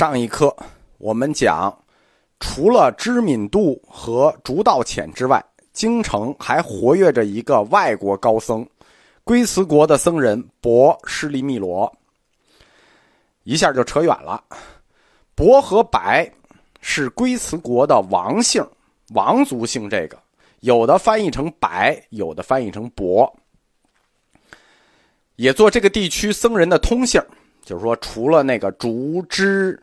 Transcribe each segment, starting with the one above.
上一课我们讲，除了知敏度和竹道浅之外，京城还活跃着一个外国高僧，龟兹国的僧人博施利密罗。一下就扯远了。博和白是龟兹国的王姓，王族姓这个，有的翻译成白，有的翻译成博，也做这个地区僧人的通姓，就是说除了那个竹枝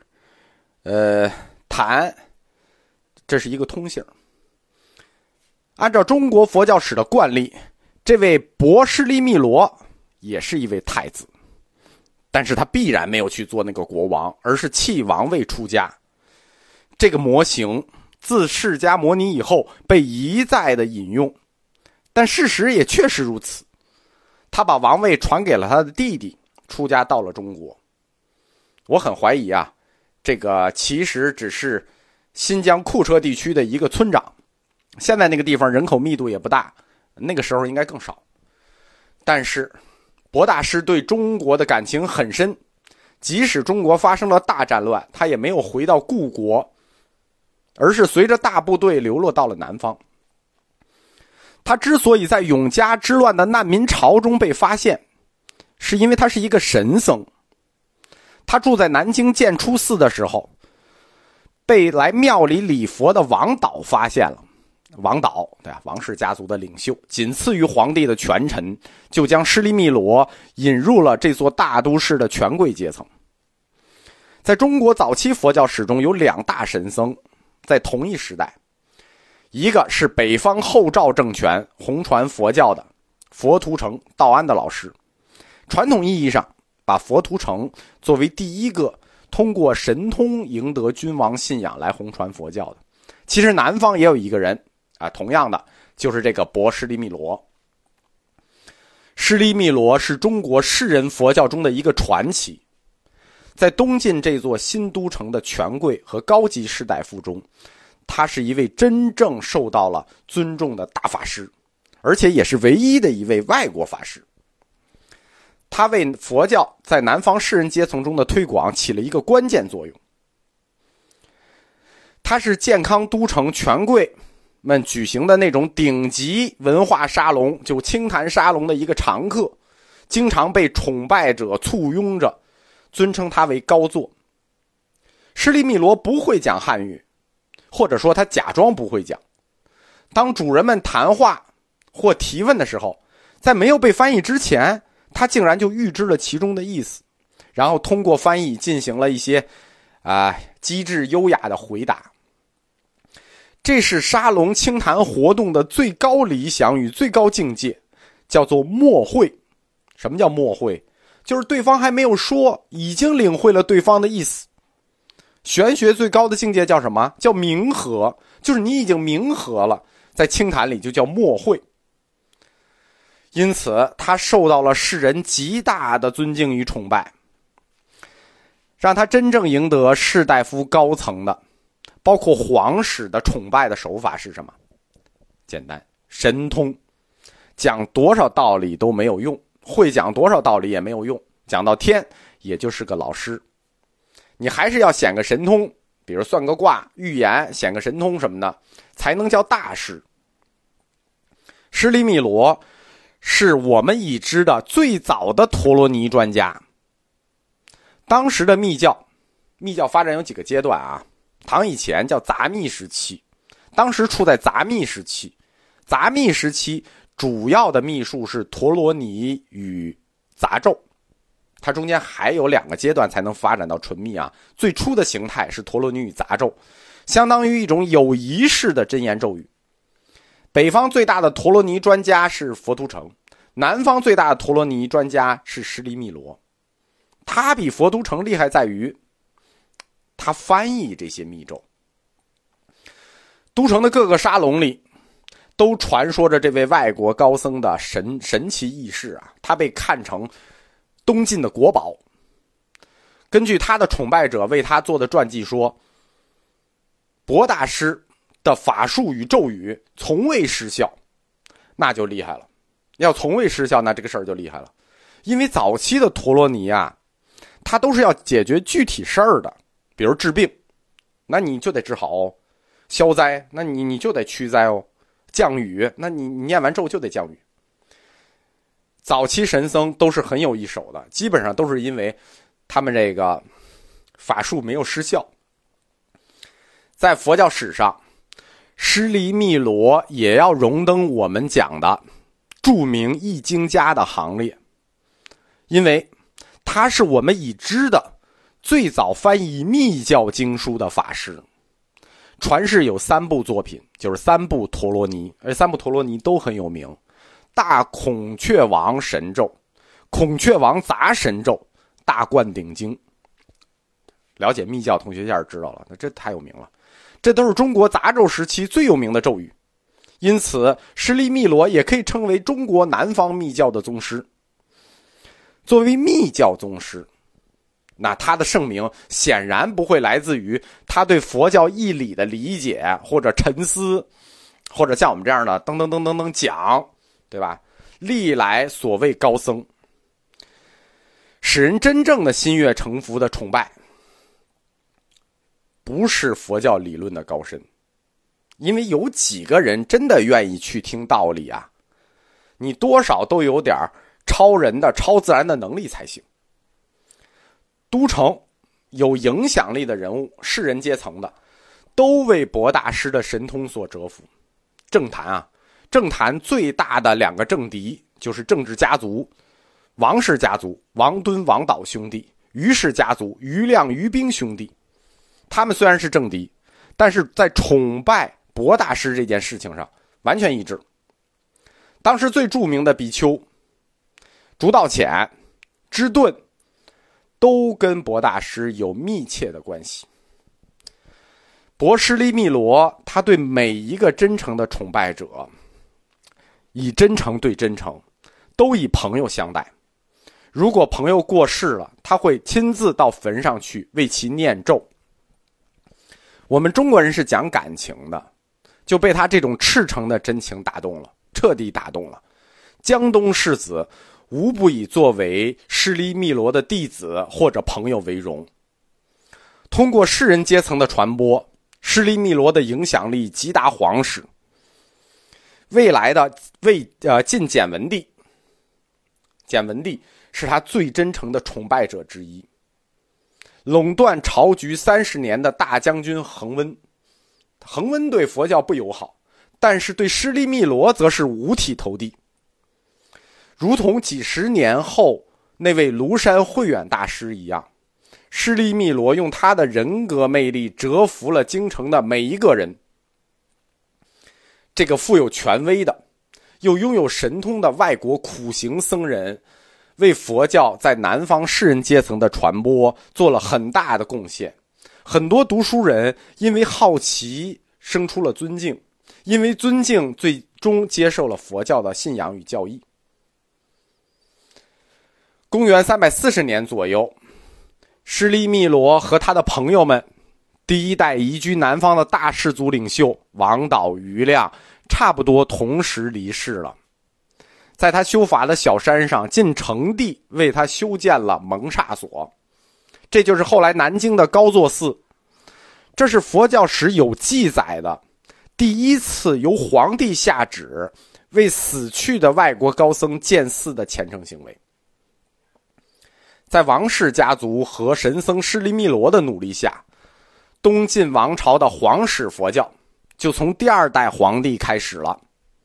谭，这是一个通姓。按照中国佛教史的惯例，这位博施利密罗也是一位太子，但是他必然没有去做那个国王，而是弃王位出家。这个模型自释迦牟尼以后被一再的引用，但事实也确实如此。他把王位传给了他的弟弟，出家到了中国。我很怀疑啊，这个其实只是新疆库车地区的一个村长，现在那个地方人口密度也不大，那个时候应该更少。但是博大师对中国的感情很深，即使中国发生了大战乱，他也没有回到故国，而是随着大部队流落到了南方。他之所以在永嘉之乱的难民潮中被发现，是因为他是一个神僧。他住在南京建初寺的时候，被来庙里礼佛的王导发现了。王导，对啊，王氏家族的领袖，仅次于皇帝的权臣，就将施利密罗引入了这座大都市的权贵阶层。在中国早期佛教史中有两大神僧，在同一时代，一个是北方后赵政权弘传佛教的佛图澄道安的老师，传统意义上把佛图澄作为第一个通过神通赢得君王信仰来弘传佛教的。其实南方也有一个人啊，同样的就是这个博施利密罗。施利密罗是中国士人佛教中的一个传奇，在东晋这座新都城的权贵和高级士大夫中，他是一位真正受到了尊重的大法师，而且也是唯一的一位外国法师。他为佛教在南方士人阶层中的推广起了一个关键作用。他是健康都城权贵们举行的那种顶级文化沙龙，就清谈沙龙的一个常客，经常被崇拜者簇拥着，尊称他为高座。施利密罗不会讲汉语，或者说他假装不会讲。当主人们谈话或提问的时候，在没有被翻译之前，他竟然就预知了其中的意思，然后通过翻译进行了一些机智优雅的回答。这是沙龙清谈活动的最高理想与最高境界，叫做默会。什么叫默会？就是对方还没有说，已经领会了对方的意思。玄学最高的境界叫什么？叫冥合，就是你已经冥合了，在清谈里就叫默会。因此他受到了世人极大的尊敬与崇拜。让他真正赢得士大夫高层的，包括皇室的崇拜的手法是什么？简单，神通。讲多少道理都没有用，会讲多少道理也没有用，讲到天也就是个老师。你还是要显个神通，比如算个卦、预言，显个神通什么的，才能叫大师。施利密罗是我们已知的最早的陀罗尼专家。当时的密教发展有几个阶段啊？唐以前叫杂密时期，当时处在杂密时期。杂密时期主要的密术是陀罗尼与杂咒，它中间还有两个阶段才能发展到纯密啊。最初的形态是陀罗尼与杂咒，相当于一种有仪式的真言咒语。北方最大的陀罗尼专家是佛图澄，南方最大的陀罗尼专家是施利密罗。他比佛图澄厉害在于他翻译这些密咒。都城的各个沙龙里都传说着这位外国高僧的神奇异事啊，他被看成东晋的国宝。根据他的崇拜者为他做的传记说，博大师的法术与咒语从未失效，那就厉害了。要从未失效，那这个事儿就厉害了。因为早期的陀罗尼啊，它都是要解决具体事儿的， 比如治病，那你就得治好哦；消灾，那你就得驱灾哦；降雨，那你念完咒就得降雨。早期神僧都是很有一手的，基本上都是因为他们这个法术没有失效。在佛教史上，施利密罗也要荣登我们讲的著名译经家的行列，因为他是我们已知的最早翻译密教经书的法师。传世有3部作品，就是3部陀罗尼，而3部陀罗尼都很有名：大孔雀王神咒、孔雀王杂神咒、大灌顶经。了解密教同学一下知道了，那这太有名了，这都是中国杂咒时期最有名的咒语，因此施利密罗也可以称为中国南方密教的宗师。作为密教宗师，那他的盛名显然不会来自于他对佛教义理的理解或者沉思，或者像我们这样的噔噔噔噔噔讲，对吧？历来所谓高僧，使人真正的心悦诚服的崇拜，不是佛教理论的高深，因为有几个人真的愿意去听道理啊？你多少都有点超人的、超自然的能力才行。都城有影响力的人物，士人阶层的，都为博大师的神通所折服。政坛最大的2个政敌就是政治家族，王氏家族王敦、王导兄弟，于氏家族于亮、于冰兄弟。他们虽然是政敌，但是在崇拜博大师这件事情上完全一致。当时最著名的比丘竺道潜、支顿都跟博大师有密切的关系。博施利密罗他对每一个真诚的崇拜者以真诚对真诚，都以朋友相待。如果朋友过世了，他会亲自到坟上去为其念咒。我们中国人是讲感情的，就被他这种赤诚的真情打动了，彻底打动了。江东士子无不以作为施利密罗的弟子或者朋友为荣。通过士人阶层的传播，施利密罗的影响力极达皇室。未来的晋简文帝，简文帝是他最真诚的崇拜者之一。垄断朝局30年的大将军恒温对佛教不友好，但是对施利密罗则是五体投地。如同几十年后那位庐山慧远大师一样，施利密罗用他的人格魅力折服了京城的每一个人。这个富有权威的又拥有神通的外国苦行僧人，为佛教在南方士人阶层的传播做了很大的贡献。很多读书人因为好奇生出了尊敬，因为尊敬最终接受了佛教的信仰与教义。公元340年左右，施利密罗和他的朋友们，第一代移居南方的大氏族领袖王导、于亮，差不多同时离世了。在他修法的小山上，晋成帝为他修建了蒙刹所，这就是后来南京的高座寺。这是佛教史有记载的第一次由皇帝下旨为死去的外国高僧建寺的虔诚行为。在王氏家族和神僧施利密罗的努力下，东晋王朝的皇室佛教就从第2代皇帝开始了。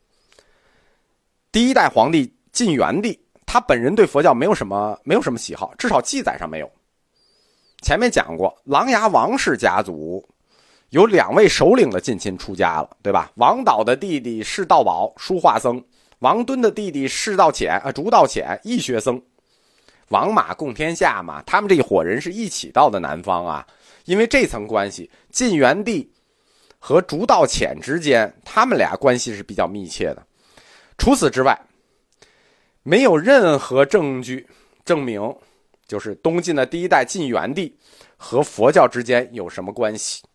第1代皇帝晋元帝，他本人对佛教没有什么喜好，至少记载上没有。前面讲过，琅琊王氏家族有2位首领的近亲出家了，对吧？王导的弟弟释道宝，书画僧；王敦的弟弟释道潜，竺道潜，义学僧。王马共天下嘛，他们这一伙人是一起到的南方啊。因为这层关系，晋元帝和竺道潜之间，他们俩关系是比较密切的。除此之外，没有任何证据证明就是东晋的第1代晋元帝和佛教之间有什么关系。